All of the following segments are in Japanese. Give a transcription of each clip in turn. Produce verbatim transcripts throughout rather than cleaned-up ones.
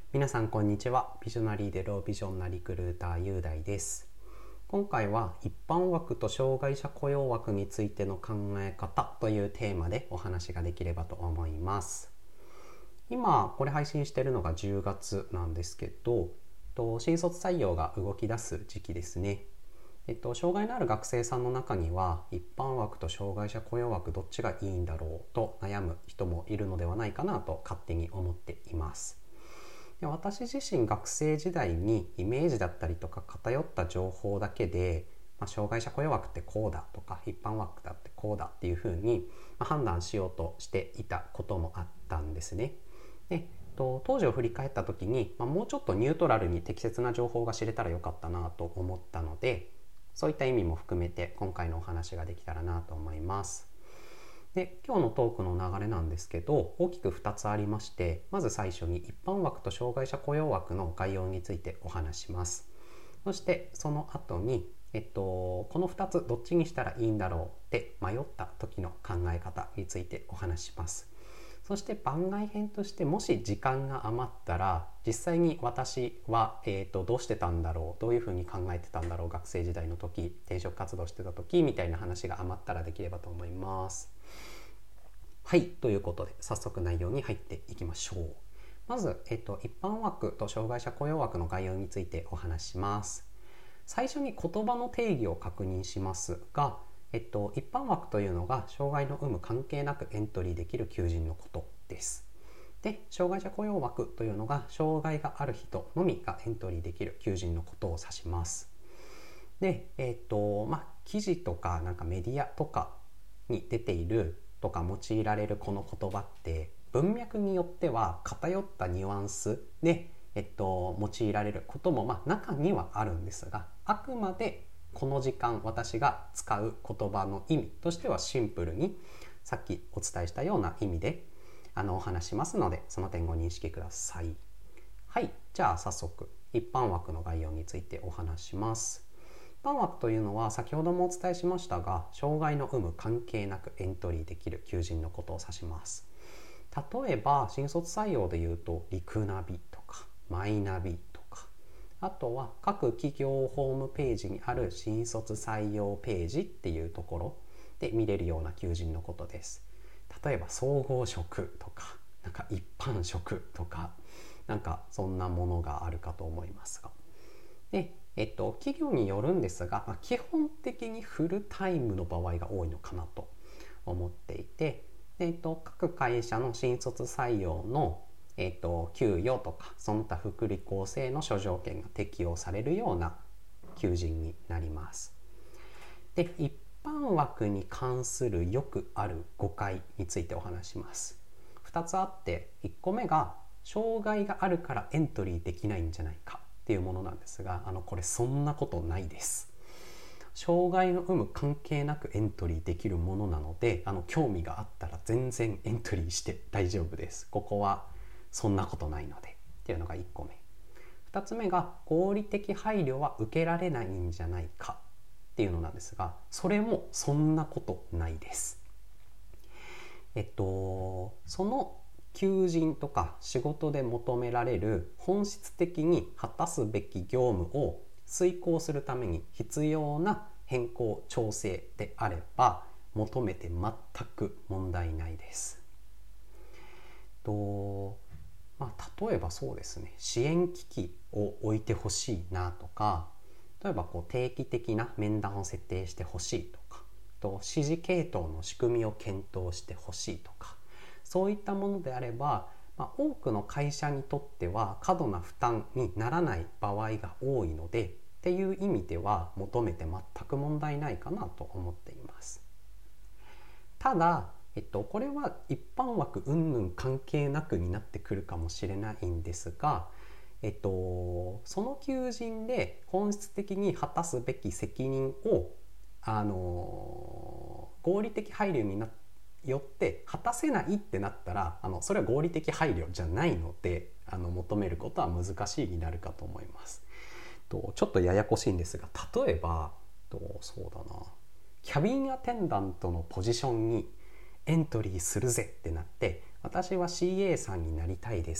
皆さんこんにちは。ビジョナリーでロービジョンなリクルーター雄大です。今回は一般枠と障害者雇用枠についての考え方というテーマでお話ができればと思います。今これ配信しているのがじゅうがつなんですけど、新卒採用が動き出す時期ですね。えっと、障害のある学生さんの中には一般枠と障害者雇用枠どっちがいいんだろうと悩む人もいるのではないかなと勝手に思っています。で私自身学生時代にイメージだったりとか偏った情報だけで、まあ、障害者雇用枠ってこうだとか一般枠だってこうだっていうふうに判断しようとしていたこともあったんですね。で当時を振り返った時に、まあ、もうちょっとニュートラルに適切な情報が知れたらよかったなと思ったので、そういった意味も含めて今回のお話ができたらなと思います。で今日のトークの流れなんですけど、大きくふたつありまして、まず最初に一般枠と障害者雇用枠の概要についてお話します。そしてその後に、えっと、このふたつどっちにしたらいいんだろうって迷った時の考え方についてお話します。そして番外編として、もし時間が余ったら実際に私は、えーと、どうしてたんだろう、どういうふうに考えてたんだろう、学生時代の時、転職活動してた時みたいな話が余ったらできればと思います。はい、ということで早速内容に入っていきましょう。まず、えっと、一般枠と障害者雇用枠の概要についてお話しします。最初に言葉の定義を確認しますが、えっと、一般枠というのが障害の有無関係なくエントリーできる求人のことです。で、障害者雇用枠というのが障害がある人のみがエントリーできる求人のことを指します。で、えっと、まあ、記事とかなんかメディアとかに出ているとか用いられるこの言葉って文脈によっては偏ったニュアンスで、えっと、用いられることもまあ中にはあるんですが、あくまでこの時間私が使う言葉の意味としてはシンプルにさっきお伝えしたような意味であのお話しますので、その点ご認識ください。はい、じゃあ早速一般枠の概要についてお話します。一般枠というのは先ほどもお伝えしましたが、障害の有無関係なくエントリーできる求人のことを指します。例えば新卒採用でいうとリクナビとかマイナビとか、あとは各企業ホームページにある新卒採用ページっていうところで見れるような求人のことです。例えば総合職とか、なんか一般職とか、なんかそんなものがあるかと思いますが、でえっと、企業によるんですが、まあ、基本的にフルタイムの場合が多いのかなと思っていて、えっと、各会社の新卒採用の、えっと、給与とかその他福利厚生の諸条件が適用されるような求人になります。で、一般枠に関するよくある誤解についてお話します。ふたつあって、いっこめが障害があるからエントリーできないんじゃないかっていうものなんですが、あのこれそんなことないです。障害の有無関係なくエントリーできるものなので、あの興味があったら全然エントリーして大丈夫です。ここはそんなことないのでっていうのがいっこめ。ふたつめが合理的配慮は受けられないんじゃないかっていうのなんですが、それもそんなことないです。えっとその求人とか仕事で求められる本質的に果たすべき業務を遂行するために必要な変更調整であれば求めて全く問題ないです。と、まあ、例えばそうですね、支援機器を置いてほしいなとか、例えばこう定期的な面談を設定してほしいとか、と指示系統の仕組みを検討してほしいとか、そういったものであれば、まあ、多くの会社にとっては過度な負担にならない場合が多いのでっていう意味では求めて全く問題ないかなと思っています。ただ、えっと、これは一般枠云々関係なくになってくるかもしれないんですが、えっと、その求人で本質的に果たすべき責任をあの合理的配慮になってよって果たせないってなったら、あのそれは合理的配慮じゃないので、あの求めることは難しいになるかと思います。とちょっとややこしいんですが、例えばとそうだなキャビンアテンダントのポジションにエントリーするぜってなって、私は シーエー さんになりたいです、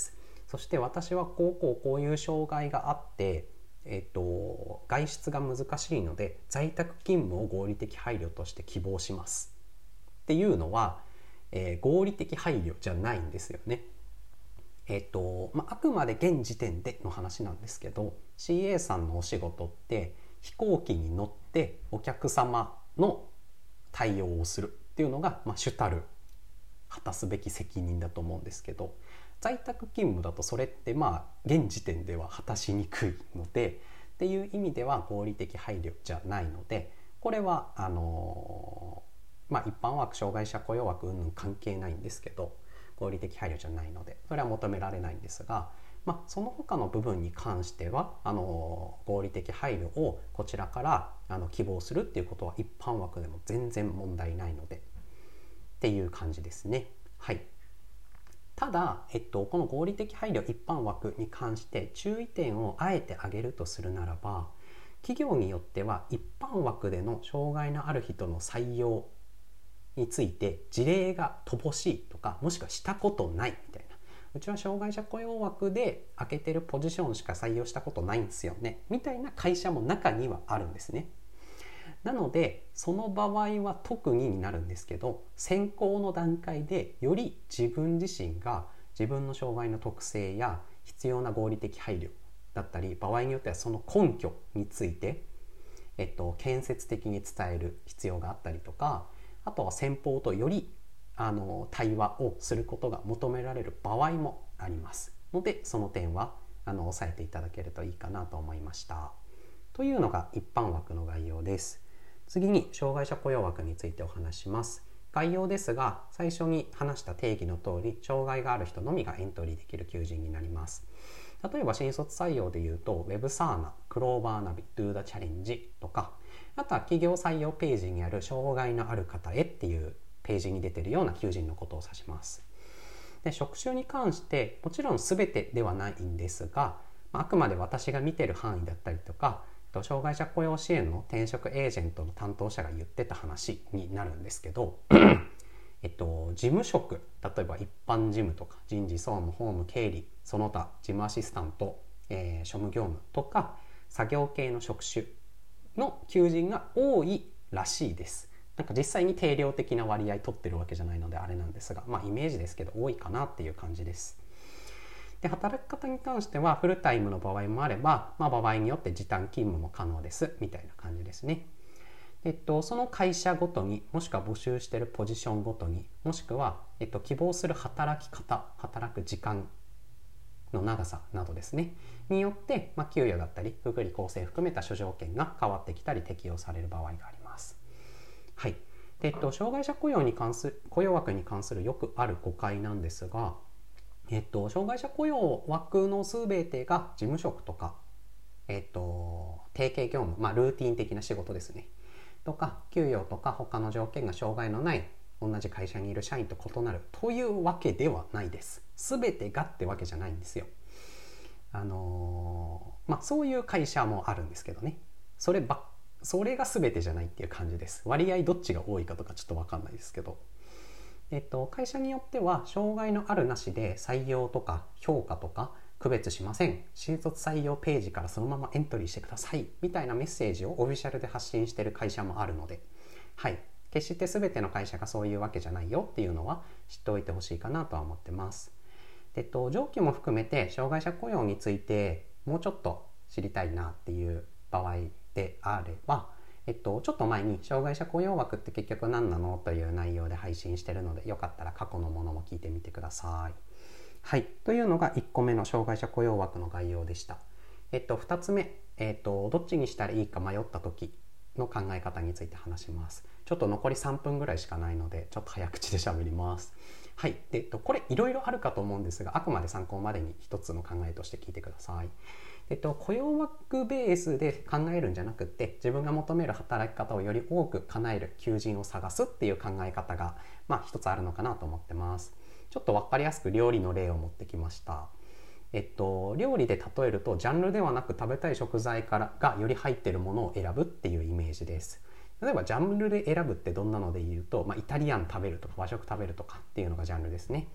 そして私はこうこうこういう障害があって、えっと、外出が難しいので在宅勤務を合理的配慮として希望しますっていうのは、えー、合理的配慮じゃないんですよね。えっとまあ、あくまで現時点での話なんですけど シーエー さんのお仕事って飛行機に乗ってお客様の対応をするっていうのが、まあ、主たる果たすべき責任だと思うんですけど、在宅勤務だとそれってまあ現時点では果たしにくいのでっていう意味では合理的配慮じゃないので、これはあのー、まあ一般枠障害者雇用枠云々関係ないんですけど、合理的配慮じゃないのでそれは求められないんですが、まあ、その他の部分に関してはあの合理的配慮をこちらからあの希望するっていうことは一般枠でも全然問題ないのでっていう感じですね。はい。ただ、えっと、この合理的配慮一般枠に関して注意点をあえて挙げるとするならば、企業によっては一般枠での障害のある人の採用について事例が乏しいとか、もしくはしたことないみたいな、うちは障害者雇用枠で空けてるポジションしか採用したことないんですよねみたいな会社も中にはあるんですね。なのでその場合は特にになるんですけど、選考の段階でより自分自身が自分の障害の特性や必要な合理的配慮だったり、場合によってはその根拠について、えっと、建設的に伝える必要があったりとか、あとは先方とよりあの対話をすることが求められる場合もありますので、その点はあの押さえていただけるといいかなと思いました。というのが一般枠の概要です。次に障害者雇用枠についてお話します。概要ですが、最初に話した定義の通り、障害がある人のみがエントリーできる求人になります。例えば新卒採用でいうと Web サーナ、クローバーナビ、Do the Challenge とか、あとは企業採用ページにある障害のある方へっていうページに出ているような求人のことを指します。で、職種に関してもちろん全てではないんですが、あくまで私が見てる範囲だったりとか、障害者雇用支援の転職エージェントの担当者が言ってた話になるんですけどえっと、事務職、例えば一般事務とか人事、総務、法務、経理、その他事務アシスタント、えー、庶務業務とか作業系の職種の求人が多いらしいです。なんか実際に定量的な割合取ってるわけじゃないのであれなんですが、まあイメージですけど多いかなっていう感じです。で、働き方に関してはフルタイムの場合もあれば、まあ、場合によって時短勤務も可能ですみたいな感じですね。えっと、その会社ごとに、もしくは募集しているポジションごとに、もしくは、えっと、希望する働き方、働く時間の長さなどですねによって、まあ、給与だったり福利厚生含めた諸条件が変わってきたり適用される場合があります。はい。で、えっと、障害者雇用に関する雇用枠に関するよくある誤解なんですが、えっと、障害者雇用枠のすべてが事務職とか、えっと、定型業務、まあ、ルーティン的な仕事ですねとか、給与とか他の条件が障害のない同じ会社にいる社員と異なるというわけではないです。全てがってわけじゃないんですよ。あのー、まあそういう会社もあるんですけどね。そればそれが全てじゃないっていう感じです。割合どっちが多いかとかちょっと分かんないですけど。えっと、会社によっては障害のあるなしで採用とか評価とか区別しません、新卒採用ページからそのままエントリーしてくださいみたいなメッセージをオフィシャルで発信している会社もあるので、はい、決して全ての会社がそういうわけじゃないよっていうのは知っておいてほしいかなとは思ってます。えっと、上記も含めて障害者雇用についてもうちょっと知りたいなっていう場合であれば、えっと、ちょっと前に障害者雇用枠って結局何なのという内容で配信しているので、よかったら過去のものも聞いてみてください。はい、というのがいっこめの障害者雇用枠の概要でした。えっと、ふたつめ、えっと、どっちにしたらいいか迷った時の考え方について話します。ちょっと残りさんぷんぐらいしかないのでちょっと早口で喋ります。はい、で、えっと、これいろいろあるかと思うんですが、あくまで参考までに一つの考えとして聞いてください。えっと、雇用枠ベースで考えるんじゃなくて、自分が求める働き方をより多く叶える求人を探すっていう考え方が、まあ、一つあるのかなと思ってます。ちょっと分かりやすく料理の例を持ってきました。えっと、料理で例えると、ジャンルではなく食べたい食材からがより入っているものを選ぶっていうイメージです。例えばジャンルで選ぶってどんなので言うと、まあ、イタリアン食べるとか和食食べるとかっていうのがジャンルですね。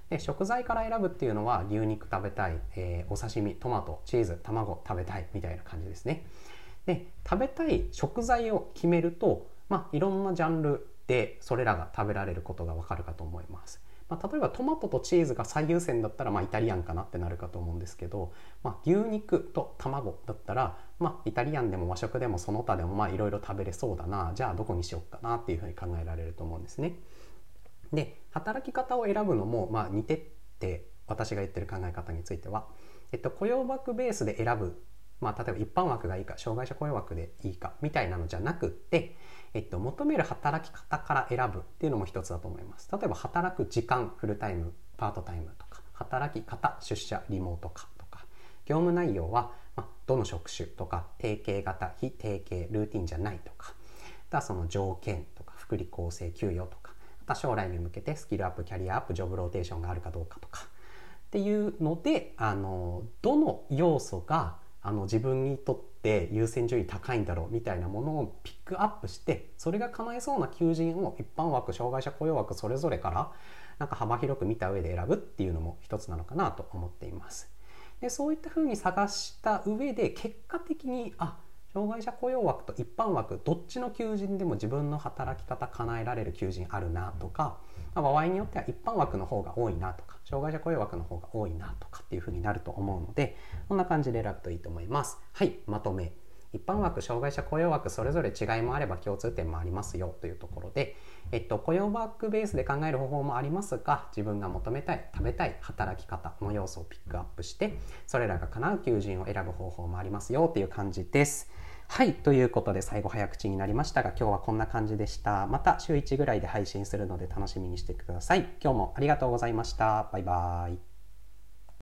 で食材から選ぶっていうのは牛肉食べたい、えー、お刺身、トマト、チーズ、卵食べたいみたいな感じですね。で食べたい食材を決めると、まあ、いろんなジャンルでそれらが食べられることがわかるかと思います。まあ、例えばトマトとチーズが最優先だったら、まあ、イタリアンかなってなるかと思うんですけど、まあ、牛肉と卵だったら、まあ、イタリアンでも和食でもその他でもまあいろいろ食べれそうだな、じゃあどこにしようかなっていうふうに考えられると思うんですね。で働き方を選ぶのもまあ似てって私が言ってる考え方については、えっと、雇用枠ベースで選ぶ、まあ、例えば一般枠がいいか障害者雇用枠でいいかみたいなのじゃなくって、えっと、求める働き方から選ぶっていうのも一つだと思います。例えば働く時間、フルタイム、パートタイムとか、働き方、出社、リモート化とか、業務内容は、まあ、どの職種とか、定型型、非定型、ルーティンじゃないとか、あとはその条件とか、福利厚生、給与とか、あとは将来に向けてスキルアップ、キャリアアップ、ジョブローテーションがあるかどうかとかっていうので、あのどの要素があの自分にとって優先順位高いんだろうみたいなものをピックアップして、それが叶えそうな求人を一般枠、障害者雇用枠それぞれからなんか幅広く見た上で選ぶっていうのも一つなのかなと思っています。でそういったふうに探した上で結果的にあ障害者雇用枠と一般枠どっちの求人でも自分の働き方叶えられる求人あるなとか、まあ、場合によっては一般枠の方が多いなとか障害者雇用枠の方が多いなとかっていう風になると思うので、こんな感じで選ぶといいと思います。はい、まとめ。一般枠、障害者雇用枠それぞれ違いもあれば共通点もありますよというところで、えっと、雇用枠ベースで考える方法もありますが、自分が求めたい食べたい働き方の要素をピックアップしてそれらが叶う求人を選ぶ方法もありますよという感じです。はい、ということで最後早口になりましたが、今日はこんな感じでした。また週いちぐらいで配信するので楽しみにしてください。今日もありがとうございました。バイバイ。